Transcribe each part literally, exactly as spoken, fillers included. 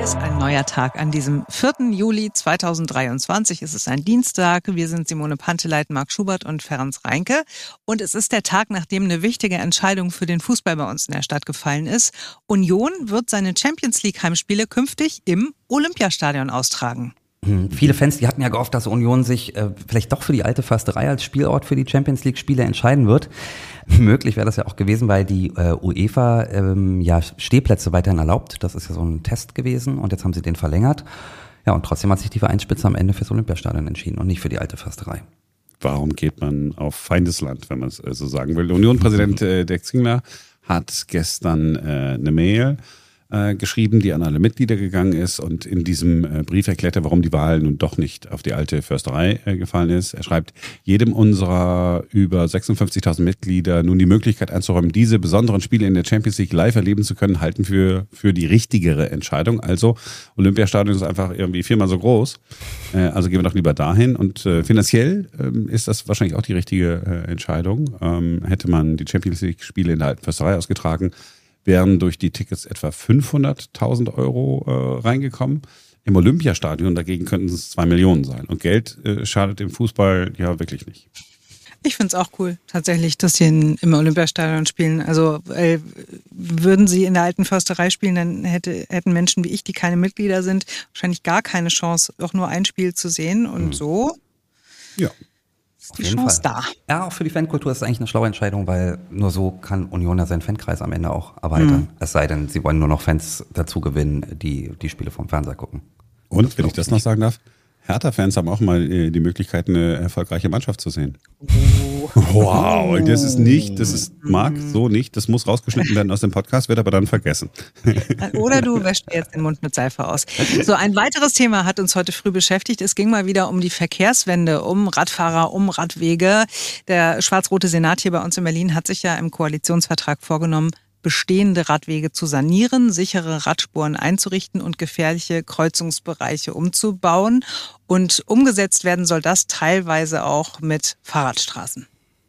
ist ein neuer Tag. An diesem vierten Juli zweitausenddreiundzwanzig ist es ein Dienstag. Wir sind Simone Panteleit, Marc Schubert und Ferenc Reinke. Und es ist der Tag, nachdem eine wichtige Entscheidung für den Fußball bei uns in der Stadt gefallen ist. Union wird seine Champions-League-Heimspiele künftig im Olympiastadion austragen. Hm, viele Fans, die hatten ja gehofft, dass Union sich äh, vielleicht doch für die alte Försterei als Spielort für die Champions-League-Spiele entscheiden wird. Möglich wäre das ja auch gewesen, weil die äh, UEFA ähm, ja Stehplätze weiterhin erlaubt. Das ist ja so ein Test gewesen und jetzt haben sie den verlängert. Ja, und trotzdem hat sich die Vereinsspitze am Ende fürs Olympiastadion entschieden und nicht für die alte Försterei. Warum geht man auf Feindesland, wenn man es äh, so sagen will? Union-Präsident äh, Dirk Zingler hat gestern äh, eine Mail Äh, geschrieben, die an alle Mitglieder gegangen ist und in diesem äh, Brief erklärt er, warum die Wahl nun doch nicht auf die alte Försterei äh, gefallen ist. Er schreibt, jedem unserer über sechsundfünfzigtausend Mitglieder nun die Möglichkeit einzuräumen, diese besonderen Spiele in der Champions League live erleben zu können, halten für für die richtigere Entscheidung. Also Olympiastadion ist einfach irgendwie viermal so groß, äh, also gehen wir doch lieber dahin und äh, finanziell äh, ist das wahrscheinlich auch die richtige äh, Entscheidung. Ähm, hätte man die Champions League Spiele in der alten Försterei ausgetragen, wären durch die Tickets etwa fünfhunderttausend Euro äh, reingekommen. Im Olympiastadion dagegen könnten es zwei Millionen sein. Und Geld äh, schadet dem Fußball ja wirklich nicht. Ich finde es auch cool, tatsächlich, dass sie in, im Olympiastadion spielen. Also äh, würden sie in der alten Försterei spielen, dann hätte, hätten Menschen wie ich, die keine Mitglieder sind, wahrscheinlich gar keine Chance, auch nur ein Spiel zu sehen. Und mhm. so ja. ist die Chance da. Ja, auch für die Fankultur ist es eigentlich eine schlaue Entscheidung, weil nur so kann Union ja seinen Fankreis am Ende auch erweitern. Mhm. Es sei denn, sie wollen nur noch Fans dazu gewinnen, die die Spiele vom Fernseher gucken. Und, wenn ich das noch sagen darf, Hertha-Fans haben auch mal die Möglichkeit, eine erfolgreiche Mannschaft zu sehen. Oh. Wow, das ist nicht, das ist, Marc, so nicht, das muss rausgeschnitten werden aus dem Podcast, wird aber dann vergessen. Oder du wäschst jetzt den Mund mit Seife aus. So, ein weiteres Thema hat uns heute früh beschäftigt. Es ging mal wieder um die Verkehrswende, um Radfahrer, um Radwege. Der schwarz-rote Senat hier bei uns in Berlin hat sich ja im Koalitionsvertrag vorgenommen, bestehende Radwege zu sanieren, sichere Radspuren einzurichten und gefährliche Kreuzungsbereiche umzubauen. Und umgesetzt werden soll das teilweise auch mit Fahrradstraßen.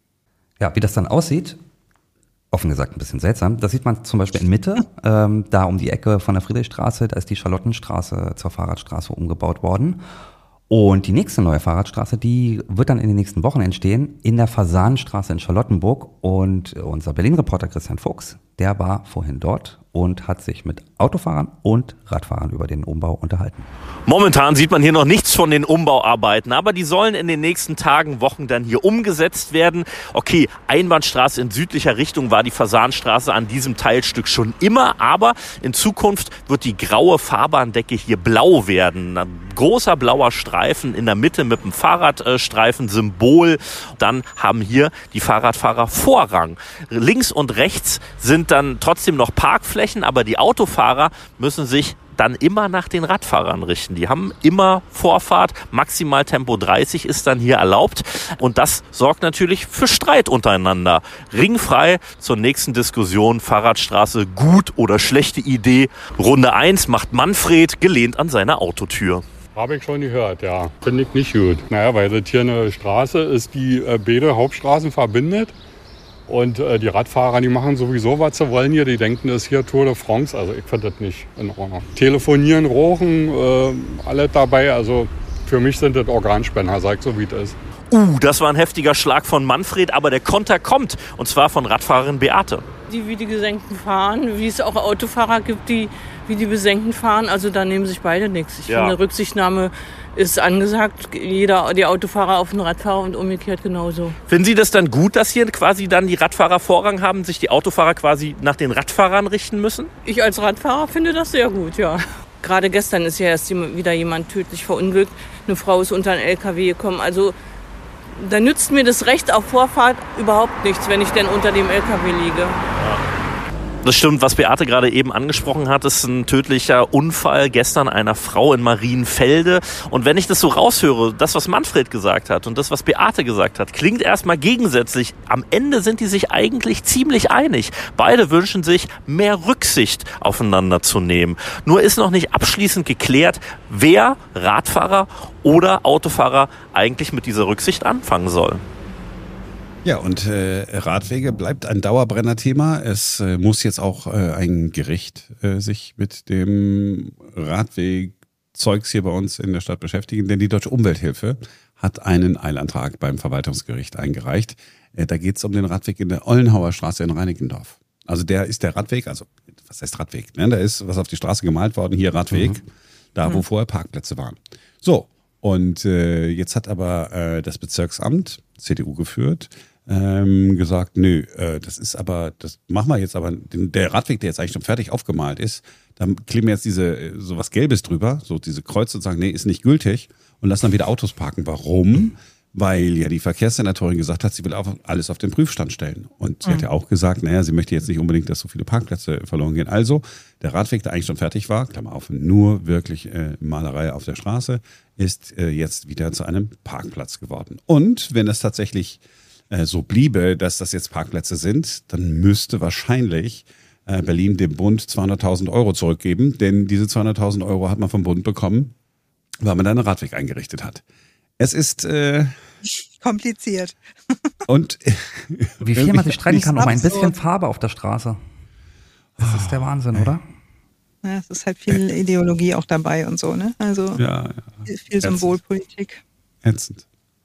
Ja, wie das dann aussieht, offen gesagt ein bisschen seltsam. Das sieht man zum Beispiel in Mitte, ähm, da um die Ecke von der Friedrichstraße, da ist die Charlottenstraße zur Fahrradstraße umgebaut worden. Und die nächste neue Fahrradstraße, die wird dann in den nächsten Wochen entstehen, in der Fasanenstraße in Charlottenburg. Und unser Berlin-Reporter Christian Fuchs, der war vorhin dort und hat sich mit Autofahrern und Radfahrern über den Umbau unterhalten. Momentan sieht man hier noch nichts von den Umbauarbeiten, aber die sollen in den nächsten Tagen, Wochen dann hier umgesetzt werden. Okay, Einbahnstraße in südlicher Richtung war die Fasanstraße an diesem Teilstück schon immer, aber in Zukunft wird die graue Fahrbahndecke hier blau werden. Ein großer blauer Streifen in der Mitte mit einem Fahrradstreifen-Symbol. Dann haben hier die Fahrradfahrer Vorrang. Links und rechts sind dann trotzdem noch Parkflächen, aber die Autofahrer müssen sich dann immer nach den Radfahrern richten. Die haben immer Vorfahrt, maximal Tempo dreißig ist dann hier erlaubt und das sorgt natürlich für Streit untereinander. Ringfrei zur nächsten Diskussion, Fahrradstraße, gut oder schlechte Idee. Runde eins macht Manfred gelehnt an seiner Autotür. Habe ich schon gehört, ja. Finde ich nicht gut. Naja, weil das hier eine Straße ist, die äh, beide Hauptstraßen verbindet. Und äh, die Radfahrer, die machen sowieso, was sie wollen hier. Die denken, das ist hier Tour de France. Also ich finde das nicht in Ordnung. Telefonieren, rauchen, äh, alles dabei. Also für mich sind das Organspender, sag ich so, wie es ist. Uh, das war ein heftiger Schlag von Manfred, aber der Konter kommt. Und zwar von Radfahrerin Beate. Die wie die Gesenkten fahren, wie es auch Autofahrer gibt, die wie die Besenkten fahren. Also da nehmen sich beide nichts. Ich ja. finde, Rücksichtnahme ist angesagt. Jeder, die Autofahrer auf den Radfahrer und umgekehrt genauso. Finden Sie das dann gut, dass hier quasi dann die Radfahrer Vorrang haben, sich die Autofahrer quasi nach den Radfahrern richten müssen? Ich als Radfahrer finde das sehr gut, ja. Gerade gestern ist ja erst wieder jemand tödlich verunglückt. Eine Frau ist unter einen L K W gekommen. Also da nützt mir das Recht auf Vorfahrt überhaupt nichts, wenn ich denn unter dem L K W liege. Ja. Das stimmt, was Beate gerade eben angesprochen hat, ist ein tödlicher Unfall gestern einer Frau in Marienfelde. Und wenn ich das so raushöre, das, was Manfred gesagt hat und das, was Beate gesagt hat, klingt erstmal gegensätzlich. Am Ende sind die sich eigentlich ziemlich einig. Beide wünschen sich, mehr Rücksicht aufeinander zu nehmen. Nur ist noch nicht abschließend geklärt, wer Radfahrer oder Autofahrer eigentlich mit dieser Rücksicht anfangen soll. Ja, und äh, Radwege bleibt ein Dauerbrenner-Thema. Es äh, muss jetzt auch äh, ein Gericht äh, sich mit dem Radwegzeugs hier bei uns in der Stadt beschäftigen, denn die Deutsche Umwelthilfe hat einen Eilantrag beim Verwaltungsgericht eingereicht. Äh, da geht es um den Radweg in der Ollenhauer Straße in Reinickendorf. Also der ist der Radweg, also was heißt Radweg? Ne? Da ist was auf die Straße gemalt worden, hier Radweg, mhm. da wo mhm. vorher Parkplätze waren. So, und äh, jetzt hat aber äh, das Bezirksamt, C D U geführt, ähm, gesagt, nö, äh, das ist aber, das machen wir jetzt aber, den, der Radweg, der jetzt eigentlich schon fertig aufgemalt ist, da kleben wir jetzt diese, so was Gelbes drüber, so diese Kreuze und sagen, nee, ist nicht gültig und lassen dann wieder Autos parken. Warum? Mhm. Weil ja die Verkehrssenatorin gesagt hat, sie will auf, alles auf den Prüfstand stellen. Und sie mhm. hat ja auch gesagt, naja, sie möchte jetzt nicht unbedingt, dass so viele Parkplätze verloren gehen. Also der Radweg, der eigentlich schon fertig war, Klammer auf, nur wirklich äh, Malerei auf der Straße, ist äh, jetzt wieder zu einem Parkplatz geworden. Und wenn es tatsächlich äh, so bliebe, dass das jetzt Parkplätze sind, dann müsste wahrscheinlich äh, Berlin dem Bund zweihunderttausend Euro zurückgeben. Denn diese zweihunderttausend Euro hat man vom Bund bekommen, weil man da einen Radweg eingerichtet hat. Es ist äh, kompliziert. Und wie viel man sich streiten kann um ein bisschen Farbe auf der Straße. Das ist der Wahnsinn, oder? Ja, es ist halt viel Ideologie auch dabei und so, ne? Also ja, ja. viel, viel Symbolpolitik. Ätzend.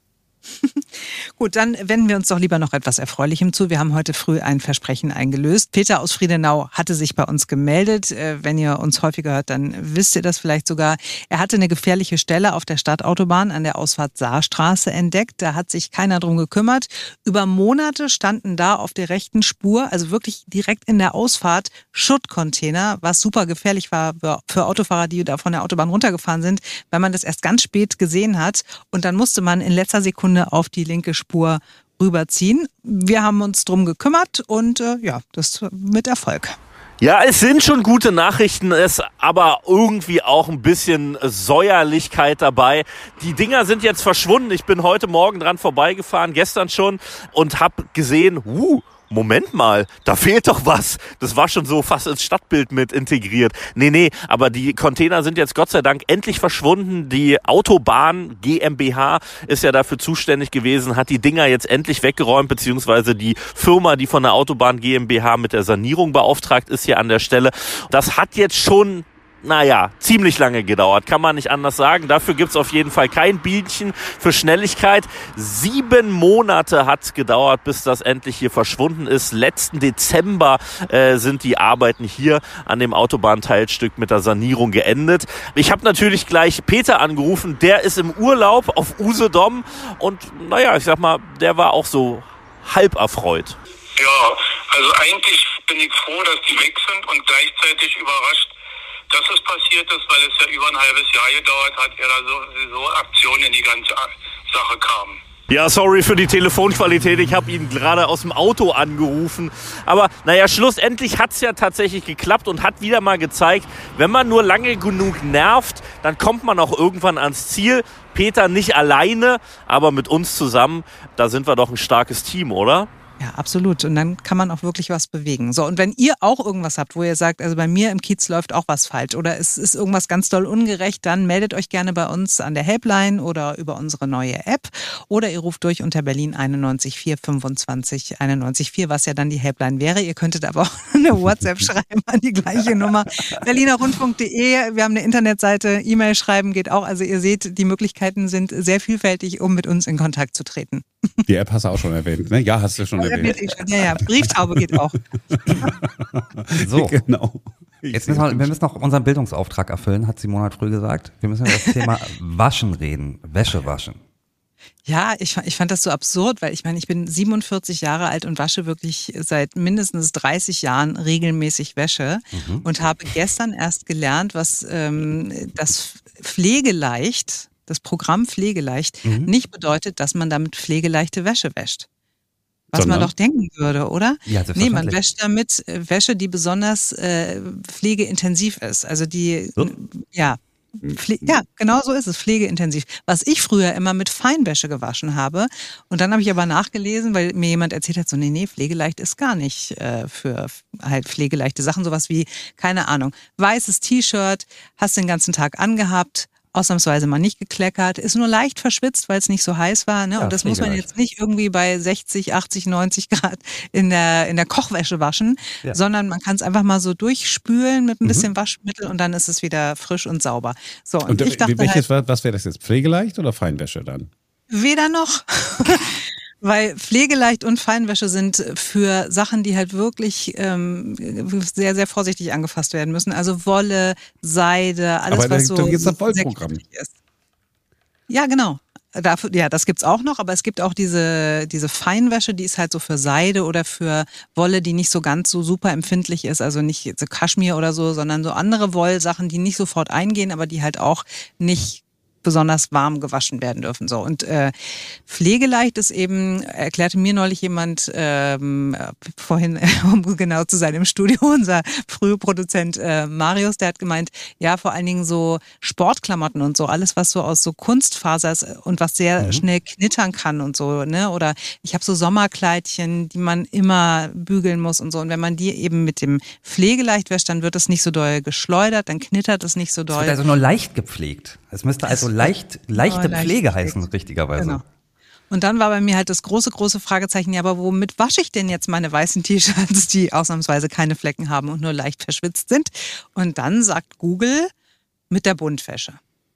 Gut, dann wenden wir uns doch lieber noch etwas Erfreulichem zu. Wir haben heute früh ein Versprechen eingelöst. Peter aus Friedenau hatte sich bei uns gemeldet. Wenn ihr uns häufiger hört, dann wisst ihr das vielleicht sogar. Er hatte eine gefährliche Stelle auf der Stadtautobahn an der Ausfahrt Saarstraße entdeckt. Da hat sich keiner drum gekümmert. Über Monate standen da auf der rechten Spur, also wirklich direkt in der Ausfahrt, Schuttcontainer, was super gefährlich war für Autofahrer, die da von der Autobahn runtergefahren sind, weil man das erst ganz spät gesehen hat. Und dann musste man in letzter Sekunde auf die linke Spur rüberziehen. Wir haben uns drum gekümmert und äh, ja, das mit Erfolg. Ja, es sind schon gute Nachrichten, es aber irgendwie auch ein bisschen Säuerlichkeit dabei. Die Dinger sind jetzt verschwunden. Ich bin heute Morgen dran vorbeigefahren, gestern schon, und habe gesehen, uh, Moment mal, da fehlt doch was. Das war schon so fast ins Stadtbild mit integriert. Nee, nee, aber die Container sind jetzt Gott sei Dank endlich verschwunden. Die Autobahn GmbH ist ja dafür zuständig gewesen, hat die Dinger jetzt endlich weggeräumt, beziehungsweise die Firma, die von der Autobahn GmbH mit der Sanierung beauftragt ist hier an der Stelle. Das hat jetzt schon naja, ziemlich lange gedauert, kann man nicht anders sagen. Dafür gibt's auf jeden Fall kein Bienchen für Schnelligkeit. Sieben Monate hat's gedauert, bis das endlich hier verschwunden ist. Letzten Dezember äh, sind die Arbeiten hier an dem Autobahnteilstück mit der Sanierung geendet. Ich habe natürlich gleich Peter angerufen, der ist im Urlaub auf Usedom und naja, ich sag mal, der war auch so halb erfreut. Ja, also eigentlich bin ich froh, dass die weg sind und gleichzeitig überrascht, dass es passiert ist, weil es ja über ein halbes Jahr gedauert hat, ehe da sowieso Aktion in die ganze Sache kam. Ja, sorry für die Telefonqualität, ich habe ihn gerade aus dem Auto angerufen. Aber naja, schlussendlich hat's ja tatsächlich geklappt und hat wieder mal gezeigt, wenn man nur lange genug nervt, dann kommt man auch irgendwann ans Ziel. Peter nicht alleine, aber mit uns zusammen, da sind wir doch ein starkes Team, oder? Ja, absolut. Und dann kann man auch wirklich was bewegen. So, und wenn ihr auch irgendwas habt, wo ihr sagt, also bei mir im Kiez läuft auch was falsch oder es ist irgendwas ganz doll ungerecht, dann meldet euch gerne bei uns an der Helpline oder über unsere neue App oder ihr ruft durch unter Berlin einundneunzig vier fünfundzwanzig einundneunzig vier, was ja dann die Helpline wäre. Ihr könntet aber auch eine WhatsApp schreiben an die gleiche Nummer. berliner rundfunk punkt de. Wir haben eine Internetseite, E-Mail schreiben geht auch. Also ihr seht, die Möglichkeiten sind sehr vielfältig, um mit uns in Kontakt zu treten. Die App hast du auch schon erwähnt, ne? Ja, hast du schon ja, erwähnt. Ja, ja, Brieftaube geht auch. So, genau. Jetzt müssen wir, wir müssen noch unseren Bildungsauftrag erfüllen, hat Simone früh gesagt. Wir müssen über das Thema Waschen reden, Wäsche waschen. Ja, ich, ich fand das so absurd, weil ich meine, ich bin siebenundvierzig Jahre alt und wasche wirklich seit mindestens dreißig Jahren regelmäßig Wäsche mhm. und habe gestern erst gelernt, was ähm, das Pflegeleicht, das Programm Pflegeleicht mhm. nicht bedeutet, dass man damit pflegeleichte Wäsche wäscht. Was Sondern? man doch denken würde, oder? Ja, nee, man wäscht damit Wäsche, die besonders äh, pflegeintensiv ist. Also die, so? ja, Pfle- ja, genau so ist es, pflegeintensiv. Was ich früher immer mit Feinwäsche gewaschen habe. Und dann habe ich aber nachgelesen, weil mir jemand erzählt hat, so nee, nee, pflegeleicht ist gar nicht äh, für halt pflegeleichte Sachen. Sowas wie, keine Ahnung, weißes T-Shirt, hast den ganzen Tag angehabt, ausnahmsweise mal nicht gekleckert, ist nur leicht verschwitzt, weil es nicht so heiß war. Ne? Ja, Und das muss man jetzt nicht irgendwie bei sechzig, achtzig, neunzig Grad in der, in der Kochwäsche waschen, Ja. sondern man kann es einfach mal so durchspülen mit ein Mhm. bisschen Waschmittel und dann ist es wieder frisch und sauber. So, und, Und ich dachte welches, halt, was wäre das jetzt? Pflegeleicht oder Feinwäsche dann? weder noch. Weil Pflegeleicht und Feinwäsche sind für Sachen, die halt wirklich ähm, sehr, sehr vorsichtig angefasst werden müssen. Also Wolle, Seide, alles, Aber da, was so da gibt es das sehr Wollprogramm. knifflig ist. Ja, genau. Dafür, ja, das gibt's auch noch, aber es gibt auch diese, diese Feinwäsche, die ist halt so für Seide oder für Wolle, die nicht so ganz so super empfindlich ist, also nicht so Kaschmir oder so, sondern so andere Wollsachen, die nicht sofort eingehen, aber die halt auch nicht besonders warm gewaschen werden dürfen. So. Und äh, pflegeleicht ist eben, erklärte mir neulich jemand, ähm, vorhin, um genau zu sein, im Studio, unser früher Produzent äh, Marius, der hat gemeint, ja, vor allen Dingen so Sportklamotten und so, alles, was so aus so Kunstfaser ist und was sehr Mhm. schnell knittern kann und so, ne? Oder ich habe so Sommerkleidchen, die man immer bügeln muss und so. Und wenn man die eben mit dem Pflegeleicht wäscht, dann wird es nicht so doll geschleudert, dann knittert es nicht so Es doll. wird also nur leicht gepflegt. Es müsste also leicht, leichte leicht Pflege gepflegt. heißen, richtigerweise. Genau. Und dann war bei mir halt das große, große Fragezeichen, ja, aber womit wasche ich denn jetzt meine weißen T-Shirts, die ausnahmsweise keine Flecken haben und nur leicht verschwitzt sind? Und dann sagt Google, mit der Buntwäsche.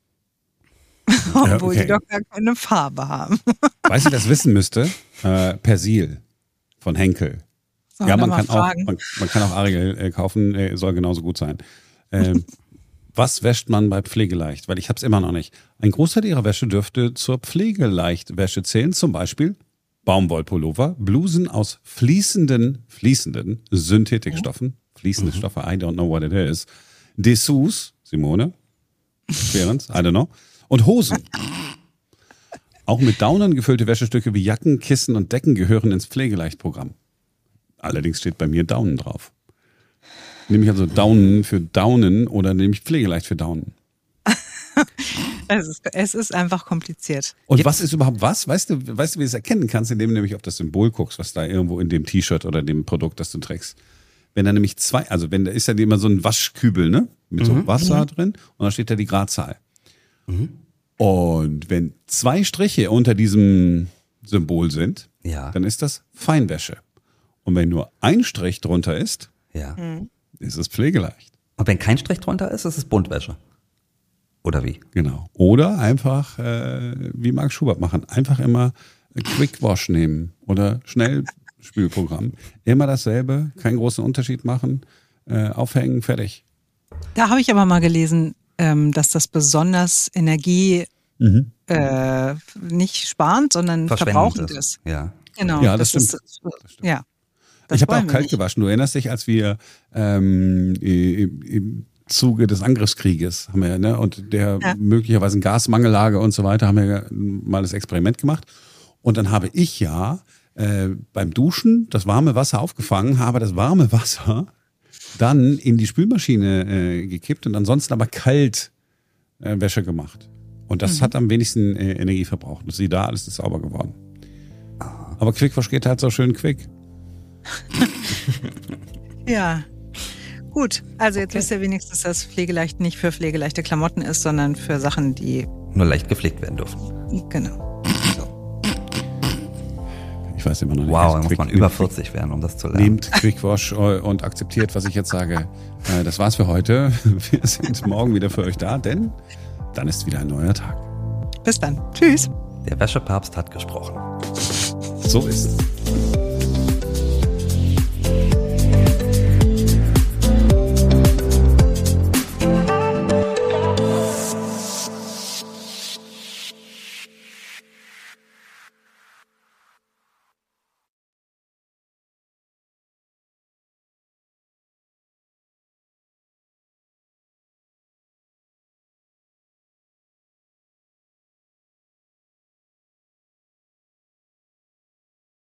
Obwohl okay. die doch gar keine Farbe haben. Weißt du, das wissen müsste? Äh, Persil von Henkel. Sollen ja, wir man mal kann, auch, fragen? man, man kann auch Ariel äh, kaufen, äh, soll genauso gut sein. Ähm, was wäscht man bei Pflegeleicht? Weil ich habe es immer noch nicht. Ein Großteil ihrer Wäsche dürfte zur Pflegeleichtwäsche zählen. Zum Beispiel Baumwollpullover, Blusen aus fließenden, fließenden Synthetikstoffen. Fließende Stoffe, I don't know what it is. Dessous, Simone, Behrens, I don't know. Und Hosen. Auch mit Daunern gefüllte Wäschestücke wie Jacken, Kissen und Decken gehören ins Pflegeleichtprogramm. Allerdings steht bei mir Daunen drauf. Nehme ich also Daunen für Daunen oder nehme ich Pflegeleicht für Daunen? Es ist, es ist einfach kompliziert. Und was ist überhaupt was? Weißt du, weißt du, wie du es erkennen kannst, indem du nämlich auf das Symbol guckst, was da irgendwo in dem T-Shirt oder dem Produkt, das du trägst. Wenn da nämlich zwei, also wenn da ist ja immer so ein Waschkübel, ne? Mit so Wasser drin und da steht da die Gradzahl. Und wenn zwei Striche unter diesem Symbol sind, Ja. dann ist das Feinwäsche. Und wenn nur ein Strich drunter ist, Ja. ist es pflegeleicht. Und wenn kein Strich drunter ist, ist es Buntwäsche. Oder wie? Genau. Oder einfach, äh, wie Marc Schubert machen, einfach immer Quick Wash nehmen oder Schnellspülprogramm. Immer dasselbe, keinen großen Unterschied machen, äh, aufhängen, fertig. Da habe ich aber mal gelesen, ähm, dass das besonders Energie Mhm. äh, nicht sparend, sondern verbrauchend ist. Ja. Genau. Ja, das stimmt. Ist, ja. Das Ich habe wollen auch wir kalt nicht. gewaschen. Du erinnerst dich, als wir ähm, im, im Zuge des Angriffskrieges haben wir, ne, und der Ja. möglicherweise Gasmangellage und so weiter, haben wir mal das Experiment gemacht. Und dann habe ich ja äh, beim Duschen das warme Wasser aufgefangen, habe das warme Wasser dann in die Spülmaschine äh, gekippt und ansonsten aber kalt äh, Wäsche gemacht. Und das Mhm. hat am wenigsten äh, Energie verbraucht. Und sieh da, alles ist sauber geworden. Aber Quickwash geht halt so schön quick. Ja. Gut, also jetzt wisst ihr wenigstens, dass Pflegeleicht nicht für pflegeleichte Klamotten ist, sondern für Sachen, die, Nur leicht gepflegt werden dürfen. genau. Ich weiß immer noch nicht. Wow, da was muss Quick- man über vierzig werden, um das zu lernen. Nehmt Quickwash und akzeptiert, was ich jetzt sage. Äh, Das war's für heute. Wir sind morgen wieder für euch da, denn dann ist wieder ein neuer Tag. Bis dann. Tschüss. Der Wäschepapst hat gesprochen. So ist es.